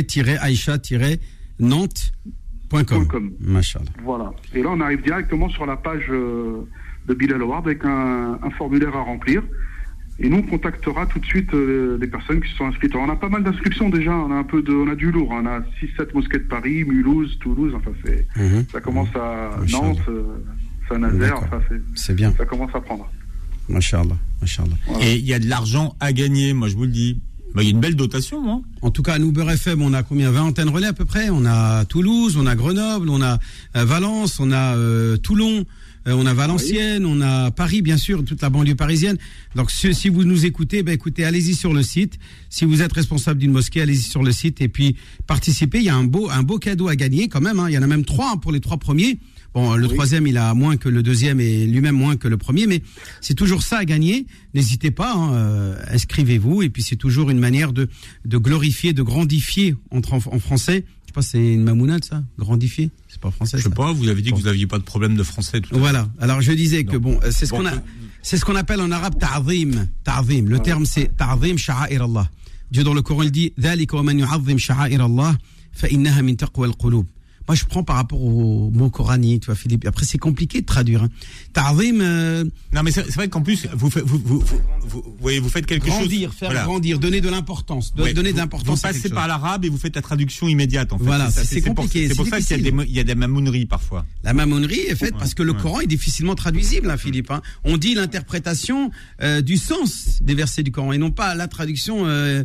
Mosquée-aïcha-nantes.com. Machallah. Voilà. Et là, on arrive directement sur la page de Bilal Award avec un formulaire à remplir. Et nous, on contactera tout de suite les personnes qui se sont inscrites. Alors, on a pas mal d'inscriptions déjà. On a du lourd. On a 6-7 mosquées de Paris, Mulhouse, Toulouse. Enfin, ça commence à Nantes, Saint-Nazaire. Enfin, c'est bien. Ça commence à prendre. Machallah. Voilà. Et il y a de l'argent à gagner, moi je vous le dis. Il y a une belle dotation, non ? En tout cas, à nous, Beurre FM, on a combien ? 20 antennes relais à peu près. On a Toulouse, on a Grenoble, on a Valence, on a Toulon, on a Valenciennes, on a Paris, bien sûr, toute la banlieue parisienne. Donc, si vous nous écoutez, écoutez, allez-y sur le site. Si vous êtes responsable d'une mosquée, allez-y sur le site et puis participez. Il y a un beau cadeau à gagner quand même. Il y en a même 3 pour les 3 premiers. Bon, le troisième, il a moins que le deuxième et lui-même moins que le premier, mais c'est toujours ça à gagner. N'hésitez pas, inscrivez-vous. Et puis, c'est toujours une manière de glorifier, de grandifier en français. Je sais pas, c'est une mamounade, ça ? Grandifier ? C'est pas français, je sais pas, vous avez dit que vous n'aviez pas de problème de français tout à l'heure. Voilà. Alors, je disais que c'est ce qu'on appelle en arabe ta'zim. Ta'zim. Le terme, c'est ta'zim sha'air Allah. Dieu, dans le Coran, il dit, ذَلِكَ وَمَنْ يُعَظِّمْ شَعَائِرَ اللَّهِ فَإِنَّهَا مِنْ تَقْوَى الْقُلُوبِ. Moi, je prends par rapport au mot coranique, tu vois, Philippe. Après, c'est compliqué de traduire. Ta'zim. Non, mais c'est vrai qu'en plus, vous faites quelque chose. Faire grandir, donner de l'importance. Donner de l'importance. Vous passez par l'arabe et vous faites la traduction immédiate, en fait. Voilà, c'est compliqué. C'est pour ça qu'il y a des mamouneries parfois. La mamounerie est faite parce que le Coran est difficilement traduisible, Philippe. On dit l'interprétation du sens des versets du Coran et non pas la traduction, on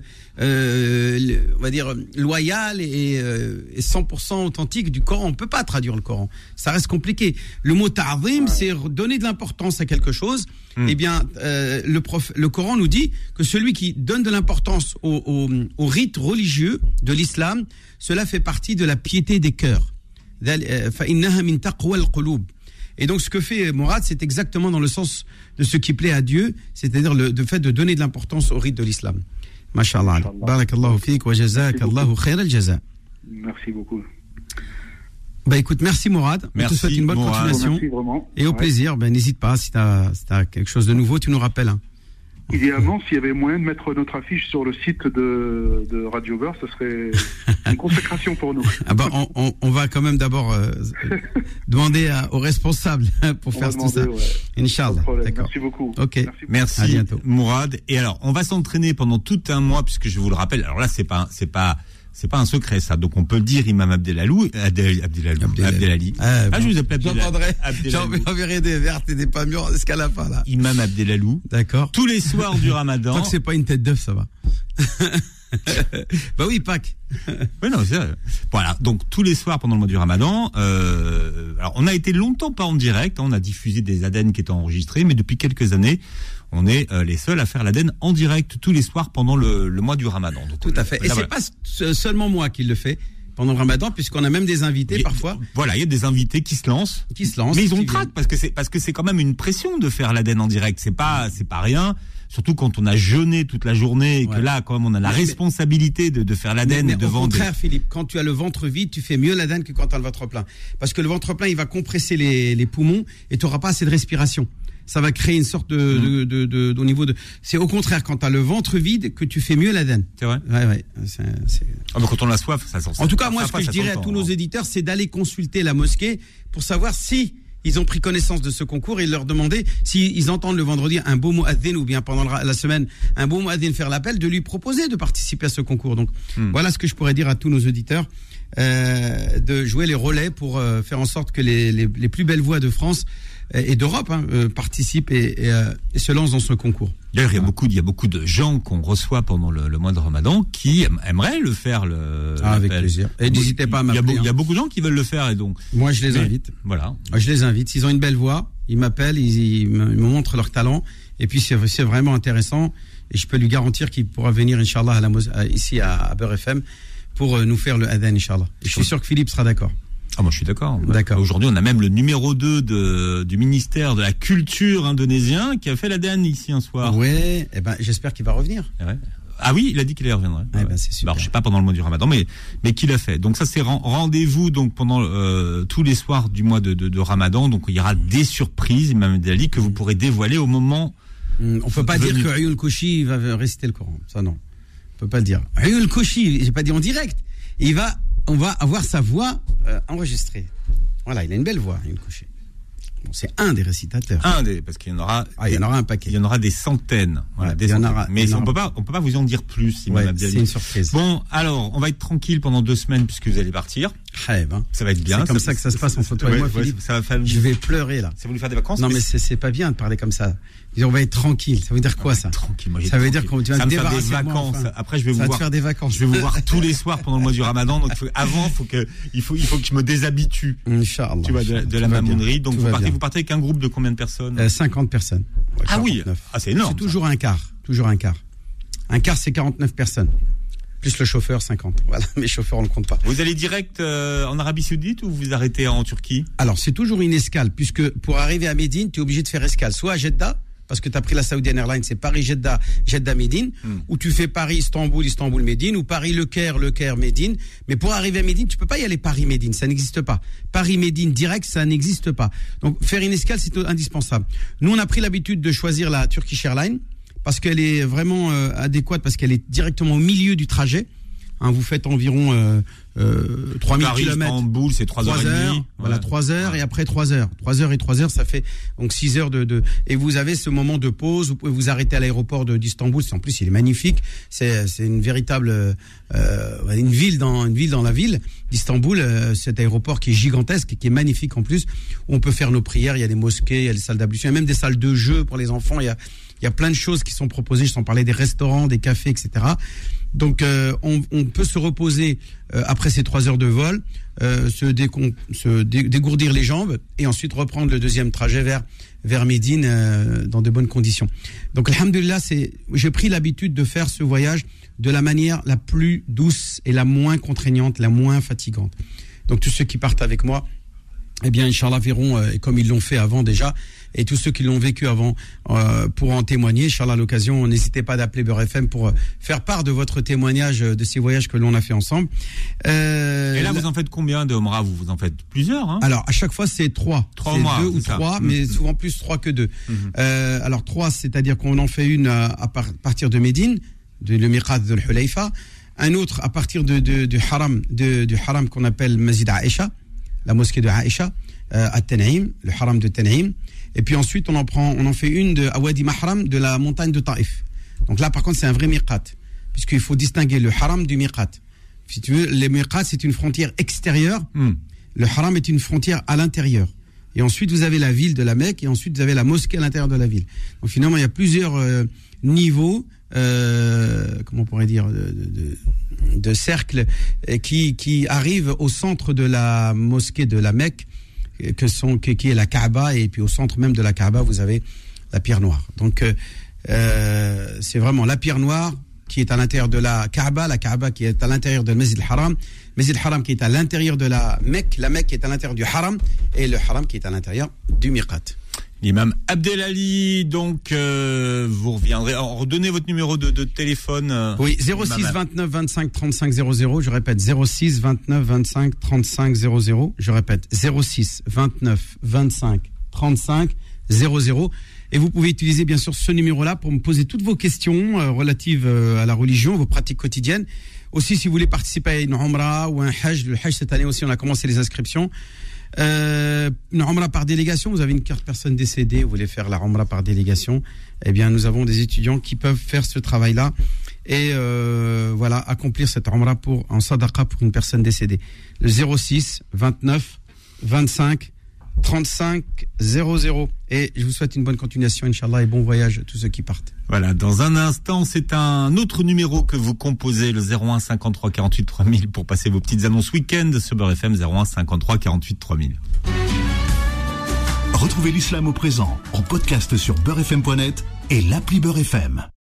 va dire, loyale et 100% authentique du Coran. On ne peut pas traduire le Coran. Ça reste compliqué. Le mot ta'zim, c'est donner de l'importance à quelque chose. Eh bien, le Coran nous dit que celui qui donne de l'importance au rite religieux de l'islam, cela fait partie de la piété des cœurs. Et donc, ce que fait Mourad, c'est exactement dans le sens de ce qui plaît à Dieu, c'est-à-dire le fait de donner de l'importance au rite de l'islam. Masha'Allah. Barakallahu fik wa jazakallahu khayr al-jaza. Merci beaucoup. Écoute, merci Mourad. On te souhaite une bonne continuation. Et au plaisir. N'hésite pas, si t'as quelque chose de nouveau, tu nous rappelles. Idéalement, s'il y avait moyen de mettre notre affiche sur le site de Radio Beurre, ce serait une consécration pour nous. On va quand même d'abord demander aux responsables pour faire tout ça. Inch'Allah. D'accord. Merci beaucoup. Ok. Merci. À bientôt. Mourad. Et alors, on va s'entraîner pendant tout un mois, puisque je vous le rappelle. Alors là, c'est pas un secret, ça. Donc, on peut le dire, Imam Abdelali. Je vous appelle Abdelali. J'enverrai des vertes et des pas mûres jusqu'à la fin, là. Imam Abdelali. D'accord. Tous les soirs du Ramadan. Tant que c'est pas une tête d'œuf, ça va. Oui, Pâques. Oui, non, c'est vrai. Voilà. Donc, tous les soirs pendant le mois du Ramadan, alors, on a été longtemps pas en direct, on a diffusé des ADN qui étaient enregistrés, mais depuis quelques années, on est les seuls à faire l'ADN en direct tous les soirs pendant le mois du Ramadan. Donc, tout à fait. Et c'est pas seulement moi qui le fais pendant le Ramadan, puisqu'on a même des invités parfois. Voilà, il y a des invités qui se lancent. Mais ils ont le trac parce que c'est quand même une pression de faire l'ADN en direct. C'est pas rien. Surtout quand on a jeûné toute la journée et que là, quand même, on a la responsabilité de faire l'ADN et de vendre. Au contraire, Philippe, quand tu as le ventre vide, tu fais mieux l'ADN que quand tu as le ventre plein. Parce que le ventre plein, il va compresser les poumons et tu n'auras pas assez de respiration. Ça va créer une sorte au niveau de. C'est au contraire quand tu as le ventre vide que tu fais mieux l'ADN. C'est vrai. Ouais. Mais quand on a soif, ça sent. En tout cas, moi, ce que je dirais à tous nos éditeurs, c'est d'aller consulter la mosquée pour savoir si ils ont pris connaissance de ce concours et leur demander s'ils entendent le vendredi un beau muaddin ou bien pendant la semaine un beau muaddin faire l'appel, de lui proposer de participer à ce concours. Donc voilà ce que je pourrais dire à tous nos auditeurs, de jouer les relais pour faire en sorte que les plus belles voix de France et d'Europe participent et se lancent dans ce concours. D'ailleurs, il y a beaucoup de gens qu'on reçoit pendant le mois de Ramadan qui aimeraient le faire. Avec plaisir. Et n'hésitez pas à m'appeler. Il y a beaucoup de gens qui veulent le faire et donc. Moi, je les invite. Voilà. Je les invite. S'ils ont une belle voix, Ils m'appellent, ils me montrent leur talent. Et puis, c'est vraiment intéressant. Et je peux lui garantir qu'il pourra venir, Inch'Allah, ici à Beurre FM pour nous faire le adhan, Inch'Allah. Et je suis sûr que Philippe sera d'accord. Ah, moi je suis d'accord. D'accord. Aujourd'hui, on a même le numéro 2 du ministère de la Culture indonésien qui a fait l'adhan ici un soir. Ouais, j'espère qu'il va revenir. Ouais. Ah oui, il a dit qu'il reviendrait. C'est super. Alors, je sais pas pendant le mois du Ramadan, mais qu'il a fait. Donc ça, c'est rendez-vous donc pendant tous les soirs du mois de Ramadan. Donc il y aura des surprises, Imam Abdelali, que vous pourrez dévoiler au moment. On peut pas dire que Ayoul Kochi va réciter le Coran. Ça non, on peut pas le dire. Ayoul Kochi, j'ai pas dit en direct. On va avoir sa voix enregistrée. Voilà, il a une belle voix, Ayoul Kochi. Bon, c'est un des récitateurs. Parce qu'il y en aura. Il y en aura un paquet. Il y en aura des centaines. Voilà, des centaines. Mais on peut pas vous en dire plus, Imam Abdelali. C'est une surprise. Bon, alors, on va être tranquille pendant 2 semaines puisque vous allez partir. Ça va être bien. C'est comme ça que ça se passe entre toi et moi, Philippe. Je vais pleurer là. Ça va nous faire des vacances. Non, mais c'est pas bien de parler comme ça. On va être tranquille. Ça veut dire quoi, ça? Tranquille. Moi, ça veut dire qu'on va te débarrasser des vacances. Après, je vais vous voir. Faire des vacances. Je vais vous voir tous les soirs pendant le mois du Ramadan. Donc, il faut que je me déshabitue. Inch'Allah. Tu vois, de la mamounerie. Donc, vous partez avec un groupe de combien de personnes? 50 personnes. Ouais, 49. Oui. Ah, c'est énorme. C'est toujours un quart. Un quart, c'est 49 personnes. Plus le chauffeur, 50. Voilà, mes chauffeurs, on ne compte pas. Vous allez direct en Arabie Saoudite ou vous arrêtez en Turquie? Alors, c'est toujours une escale, puisque pour arriver à Médine, tu es obligé de faire escale, soit à Jeddah, parce que tu as pris la Saoudian Airlines, c'est Paris-Jeddah, Jeddah-Médine, ou tu fais Paris-Istanbul, Istanbul-Médine, ou Paris-Le Caire, Médine. Mais pour arriver à Médine, tu peux pas y aller Paris-Médine, ça n'existe pas. Paris-Médine direct, ça n'existe pas. Donc, faire une escale, c'est indispensable. Nous, on a pris l'habitude de choisir la Turkish Airlines, parce qu'elle est vraiment adéquate, parce qu'elle est directement au milieu du trajet. Vous faites environ 3000 km. Istanbul, c'est 3h30. Voilà, 3 heures et après 3 heures. 3 heures et 3 heures, ça fait donc 6 heures et vous avez ce moment de pause. Vous pouvez vous arrêter à l'aéroport d'Istanbul. En plus, il est magnifique. C'est une véritable une ville dans la ville d'Istanbul. Cet aéroport qui est gigantesque et qui est magnifique en plus. Où on peut faire nos prières. Il y a des mosquées, il y a des salles d'ablution, il y a même des salles de jeux pour les enfants. Il y a plein de choses qui sont proposées. Je t'en parlais des restaurants, des cafés, etc. Donc, on peut se reposer après ces 3 heures de vol, se dégourdir les jambes et ensuite reprendre le deuxième trajet vers Médine dans de bonnes conditions. Donc, alhamdoulilah, j'ai pris l'habitude de faire ce voyage de la manière la plus douce et la moins contraignante, la moins fatigante. Donc, tous ceux qui partent avec moi, eh bien, Inch'Allah, verront, comme ils l'ont fait avant déjà, et tous ceux qui l'ont vécu avant pourront en témoigner. Inch'Allah, à l'occasion, n'hésitez pas d'appeler Beurre FM pour faire part de votre témoignage de ces voyages que l'on a fait ensemble. Et là, vous en faites combien de Omra? Vous en faites plusieurs, hein? Alors, à chaque fois, c'est 3. 3 mois. 2 ou 3, mais souvent plus 3 que 2. Alors, 3, c'est-à-dire qu'on en fait une à partir de Médine, le Miqat de l'Hulayfa. Un autre à partir du haram qu'on appelle Masjid Aïcha, la mosquée de Aïcha, à Tan'im, le haram de Tan'im. Et puis ensuite, on en fait une à Wadi Mahram, de la montagne de Taïf. Donc là, par contre, c'est un vrai miqat, puisqu'il faut distinguer le haram du miqat. Si tu veux, le miqat, c'est une frontière extérieure. Le haram est une frontière à l'intérieur. Et ensuite, vous avez la ville de la Mecque, et ensuite, vous avez la mosquée à l'intérieur de la ville. Donc finalement, il y a plusieurs niveaux, comment on pourrait dire, de cercles qui arrivent au centre de la mosquée de la Mecque, qui est la Kaaba, et puis au centre même de la Kaaba, vous avez la pierre noire. Donc, c'est vraiment la pierre noire qui est à l'intérieur de la Kaaba qui est à l'intérieur de Masjid al-Haram, Masjid al-Haram qui est à l'intérieur de la Mecque qui est à l'intérieur du Haram, et le Haram qui est à l'intérieur du Miqat. L'imam Abdelali, donc vous reviendrez. Redonnez votre numéro de téléphone. Oui, 06 29 25 35 00. Je répète, 06 29 25 35 00. Je répète, 06 29 25 35 00. Et vous pouvez utiliser bien sûr ce numéro-là pour me poser toutes vos questions relatives à la religion, vos pratiques quotidiennes. Aussi, si vous voulez participer à une Umrah ou un Hajj, le Hajj cette année aussi, on a commencé les inscriptions. Une Umrah par délégation, vous avez une carte personne décédée, vous voulez faire la Umrah par délégation, eh bien nous avons des étudiants qui peuvent faire ce travail-là et voilà, accomplir cette Umrah en sadaqa pour une personne décédée. Le 06 29 25 35 00. Et je vous souhaite une bonne continuation, Inch'Allah, et bon voyage à tous ceux qui partent. Voilà, dans un instant, c'est un autre numéro que vous composez, le 01 53 48 3000, pour passer vos petites annonces week-end sur Beurre FM, 01 53 48 3000. Retrouvez l'islam au présent en podcast sur beurrefm.net et l'appli Beurre FM.